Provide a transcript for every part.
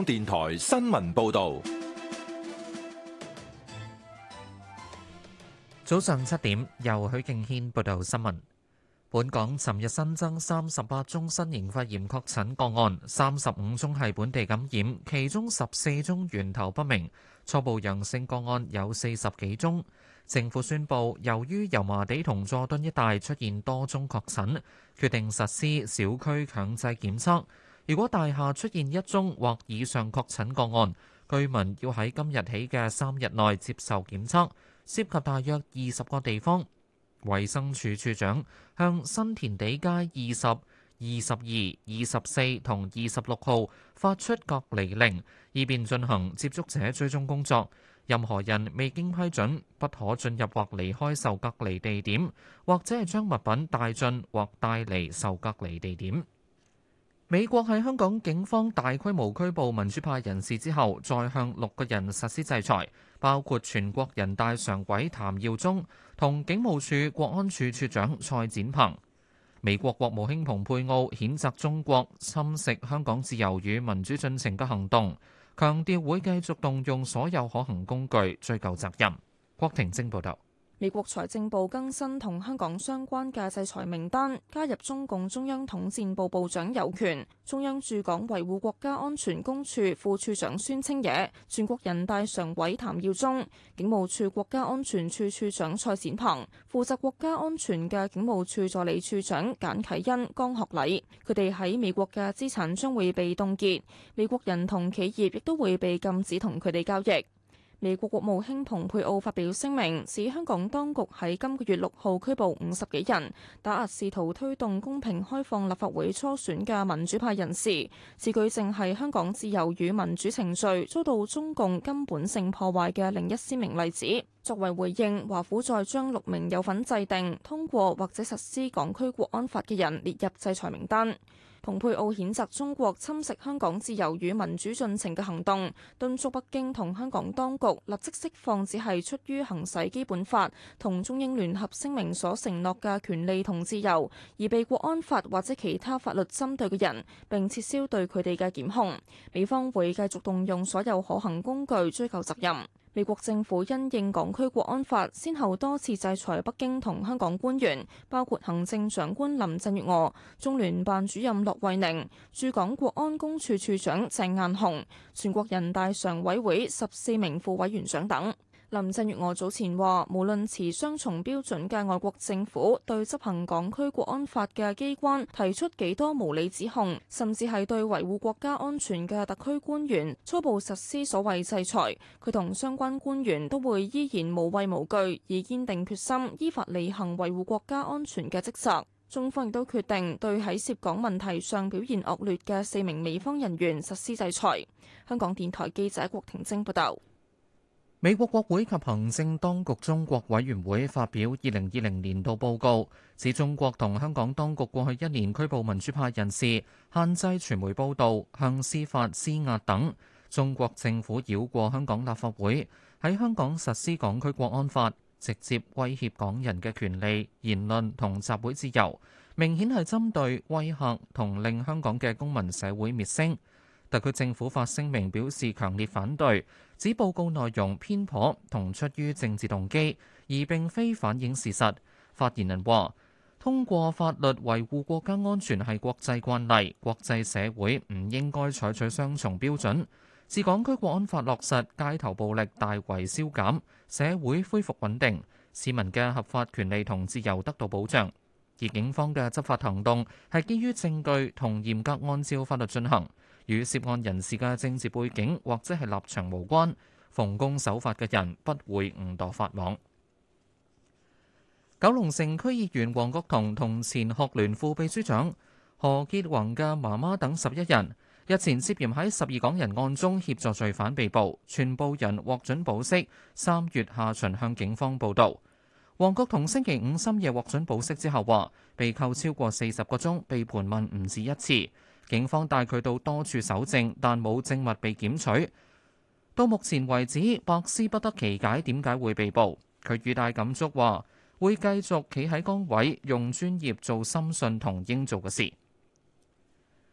電台新聞報道。 早上7點，由許敬軒報道新聞。本港尋日新增38宗新型肺炎確診個案，35宗係本地感染，其中14宗源頭不明，初步陽性個案有40幾宗。政府宣布，由於油麻地同佐敦一帶出現多宗確診，決定實施小區強制檢測。如果大廈出現1宗或以上確診個案，居民要喺今日起嘅3日內接受檢測，涉及大約20個地方。衛生署署長向新填地街20、22、24同26號發出隔離令，以便進行接觸者追蹤工作。任何人未經批准，不可進入或離開受隔離地點，或者係將物品帶進或帶離受隔離地點。美國喺香港警方大規模拘捕民主派人士之後，再向6個人實施制裁，包括全國人大常委譚耀宗同警務處國安處處長蔡展鵬。美國國務卿蓬佩奧譴責中國侵蝕香港自由與民主進程嘅行動，強調會繼續動用所有可行工具追究責任。郭婷晶報導。 美國財政部更新同香港相關嘅制裁名單，加入中共中央統戰部部長有權、中央駐港維護國家安全公署副處長孫清野、全國人大常委譚耀宗、警務處國家安全處處長蔡展鵬、負責國家安全嘅警務處助理處長簡啟恩、江學禮。佢哋喺美國嘅資產將會被凍結，美國人同企業亦都會被禁止同佢哋交易。美國國務卿蓬佩奧發表聲明，指香港當局喺今個月6號拘捕50幾人，打壓試圖推動公平開放立法會初選嘅民主派人士，此舉正係香港自由與民主程序遭到中共根本性破壞嘅另一鮮明例子。作為回應，華府再將6名有份制定、通過或者實施港區國安法嘅人列入制裁名單。蓬佩奧譴責中國侵蝕香港自由與民主進程嘅行動，敦促北京同香港當局立即釋放只係出於行使基本法同中英聯合聲明所承諾嘅權利同自由，而被國安法或者其他法律針對嘅人，並撤銷對佢哋嘅檢控。美方會繼續動用所有可行工具追究責任。美國政府因應港區國安法，先後多次制裁北京同香港官員，包括行政長官林鄭月娥、中聯辦主任駱惠寧、駐港國安公署署長鄭雁雄、全國人大常委會14名副委員長等。林鄭月娥早前話，無論持雙重標準嘅外國政府對執行港區國安法嘅機關提出幾多無理指控，甚至係對維護國家安全嘅特區官員初步實施所謂制裁，佢同相關官員都會依然無畏無懼，以堅定決心依法履行維護國家安全嘅職責。中方亦都決定對喺涉港問題上表現惡劣嘅4名美方人員實施制裁。香港電台記者郭婷晶報道。 美國國會及行政當局中國委員會發表2020年度報告，指中國同香港當局過去1年拘捕民主派人士、限制傳媒報導、向司法施壓等。中國政府繞過香港立法會，喺香港實施港區國安法，直接威脅港人嘅權利、言論同集會自由，明顯係針對威嚇同令香港嘅公民社會滅聲。特區政府發聲明表示強烈反對，指報告內容偏頗同出於政治動機，而並非反映事實。發言人話：通過法律維護國家安全係國際慣例，國際社會唔應該採取雙重標準。自港區國安法落實，街頭暴力大為消減，社會恢復穩定，市民嘅合法權利同自由得到保障。而警方嘅執法行動係基於證據同嚴格按照法律進行，與涉案人士嘅政治背景或者係立場無關，奉公守法嘅人不會誤墮法網。九龍城區議員黃國桐同前學聯副秘書長何潔宏嘅媽媽等11人，日前涉嫌喺12港人案中協助罪犯被捕，全部人獲准保釋，3月下旬向警方報到。黃國桐星期五深夜獲准保釋之後話，被扣超過40個鐘，被盤問唔止一次。警方帶佢到多處搜證，但冇證物被檢取。到目前為止，百思不得其解點解會被捕。佢語帶感觸話，會繼續企喺崗位，用專業做深信同應做嘅事。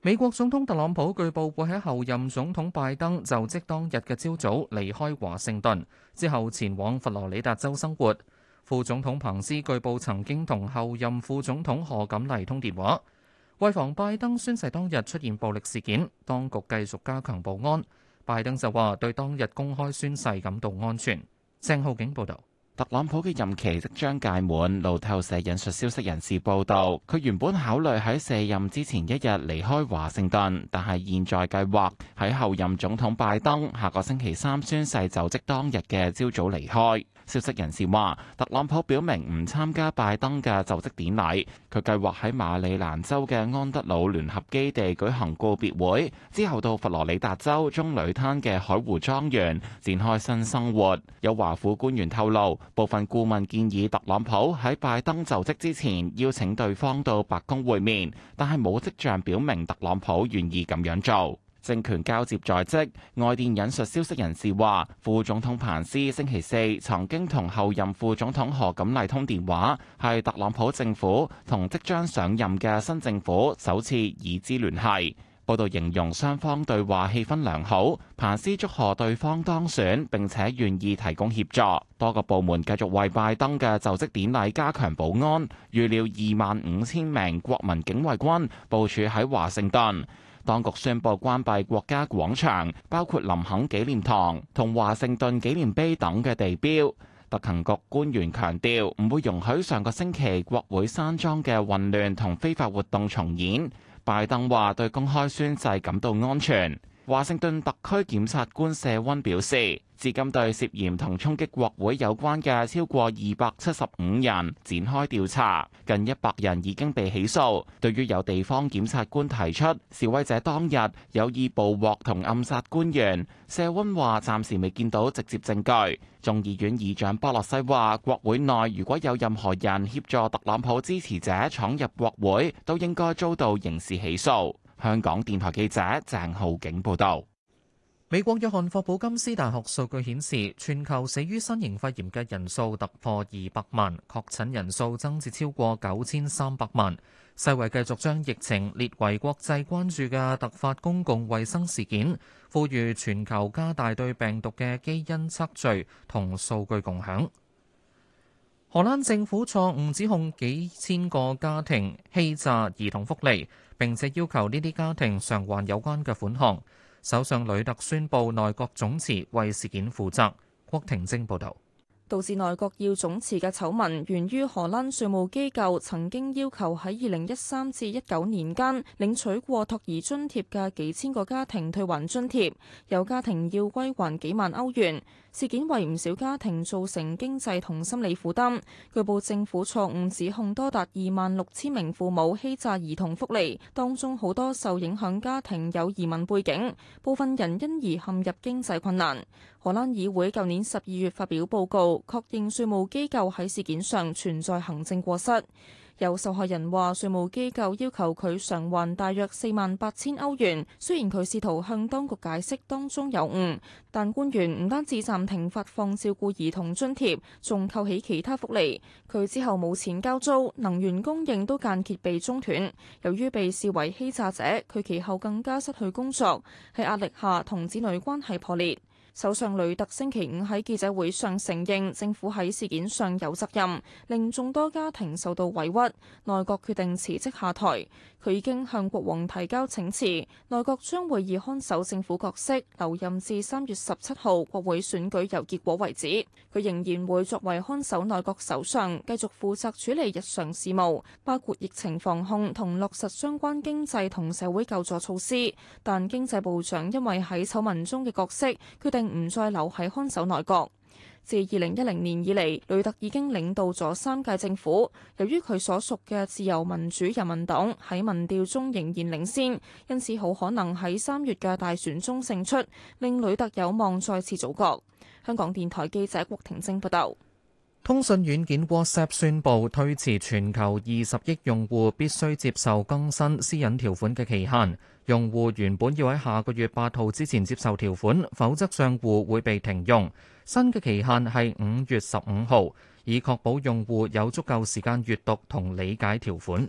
美國總統特朗普據報會喺後任總統拜登就職當日嘅朝早離開華盛頓，之後前往佛羅里達州生活。副總統彭斯據報曾經同後任副總統賀錦麗通電話。為防拜登宣誓當日出現暴力事件，當局繼續加強保安。拜登就話對當日公開宣誓感到安全。鄭浩景報導。 特朗普嘅任期即將屆滿，路透社引述消息人士報道，佢原本考慮喺卸任之前一日離開華盛頓，但係現在計劃喺後任總統拜登下個星期三宣誓就職當日嘅朝早離開。消息人士話，特朗普表明唔參加拜登嘅就職典禮，佢計劃喺馬里蘭州嘅安德魯聯合基地舉行告別會，之後到佛羅里達州棕櫚灘嘅海湖莊園展開新生活。有華府官員透露，部分顧問建議特朗普喺拜登就職之前邀請對方到白宮會面，但係冇跡象表明特朗普願意咁樣做。政權交接在即，外電引述消息人士話，副總統彭斯星期四曾經同後任副總統賀錦麗通電話，係特朗普政府同即將上任嘅新政府首次以資聯繫。報道形容雙方對話氣氛良好，彭斯祝賀對方當選，並且願意提供協助。多個部門繼續為拜登嘅就職典禮加強保安，預料25,000名國民警衛軍部署喺華盛頓。當局宣布關閉國家廣場，包括林肯紀念堂同華盛頓紀念碑等嘅地標。特勤局官員強調，唔會容許上個星期國會山莊嘅混亂同非法活動重演。拜登話對公開宣誓感到安全。華盛頓特區檢察官謝溫表示，至今對涉嫌同衝擊國會有關嘅超過275人展開調查，近100人已經被起訴。對於有地方檢察官提出示威者當日有意捕獲同暗殺官員，謝溫話暫時未見到直接證據。眾議院議長波洛西話，國會內如果有任何人協助特朗普支持者闖入國會，都應該遭到刑事起訴。香港電台記者鄭浩景報道。 美國約翰霍普金斯大學數據顯示，全球死於新型肺炎嘅人數突破200萬，確診人數增至超過9300萬。世衛繼續將疫情列為國際關注嘅突發公共衛生事件，呼籲全球加大對病毒嘅基因測序同數據共享。荷蘭政府錯誤指控幾千個家庭欺詐兒童福利，並且要求呢啲家庭償還有關嘅款項。首相呂特宣布內閣總辭，為事件負責。郭婷晶報導。 導致內閣要總辭嘅醜聞源於荷蘭稅務機構曾經要求喺2013至19年間領取過托兒津貼嘅幾千個家庭退還津貼，有家庭要歸還幾萬歐元。事件為唔少家庭造成經濟同心理負擔。據報政府錯誤指控多達26,000名父母欺詐兒童福利，當中好多受影響家庭有移民背景，部分人因而陷入經濟困難。荷蘭議會舊年12月發表報告，確認稅務機構喺事件上存在行政過失。有受害人話，稅務機構要求佢償還大約48,000歐元，雖然佢試圖向當局解釋當中有誤，但官員唔單止暫停發放照顧兒童津貼，仲扣起其他福利。佢之後冇錢交租，能源供應都間歇被中斷。由於被視為欺詐者，佢其後更加失去工作，喺壓力下同子女關係破裂。首相呂特星期五喺記者會上承認政府喺事件上有責任，令眾多家庭受到委屈。內閣決定辭職下台。佢已經向國王提交請辭，內閣將會以看守政府角色留任至3月17號國會選舉有結果為止。佢仍然會作為看守內閣首相，繼續負責處理日常事務，包括疫情防控同落實相關經濟同社會救助措施。但經濟部長因為喺醜聞中嘅角色，決定唔再留喺看守內閣。自2010年以嚟，呂特已經領導咗3屆政府。由於佢所屬嘅自由民主人民黨喺民調中仍然領先，因此好可能喺3月嘅大選中勝出，令呂特有望再次組閣。香港電台記者郭婷晶報道。 通訊軟件 WhatsApp 宣布推遲全球20億用戶必須接受更新私隱條款嘅期限。用戶原本要喺下個月8號之前接受條款，否則帳戶會被停用。新嘅期限係5月15號，以確保用戶有足夠時間閱讀同理解條款。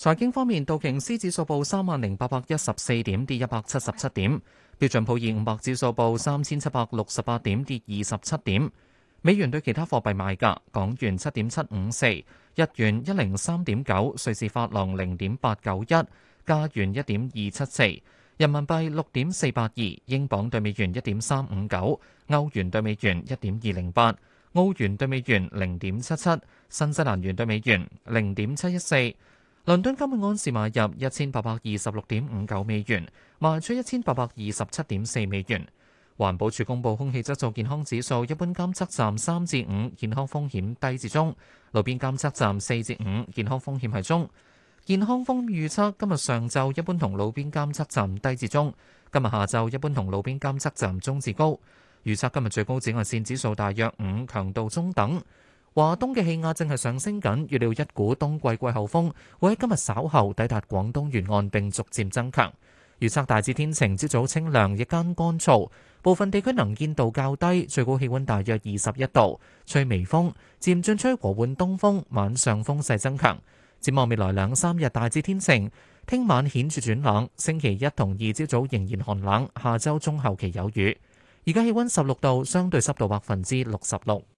財經方面，道瓊斯指數報30,814點，跌177點；標準普爾500指數報3,768點，跌27點。美元對其他貨幣賣價：港元7.754，日元103.9，瑞士法郎0.891，加元1.274，人民幣6.482，英鎊對美元1.359，歐元對美元1.208，澳元對美元0.77，新西蘭元對美元0.714。倫敦金每安士買入1826.59美元，賣出1827.4美元。環保署公布空氣質素健康指數，一般監測站3至5，健康風險低至中；路邊監測站4至5，健康風險係中。健康風預測今日上晝一般同路邊監測站低至中，今日下晝一般同路邊監測站中至高。預測今日最高紫外線指數大約5，強度中等。華東嘅氣壓正係上升緊，預料一股冬季季候風會喺今日稍後抵達廣東沿岸並逐漸增強。預測大致天晴，朝早清涼，日間乾燥，部分地區能見度較低，最高氣溫大約21度，吹微風，漸轉吹和緩東風，晚上風勢增強。展望未來2、3日大致天晴，聽晚顯著轉冷，星期1同2朝早仍然寒冷，下週中後期有雨。而家氣溫16度，相對濕度66%。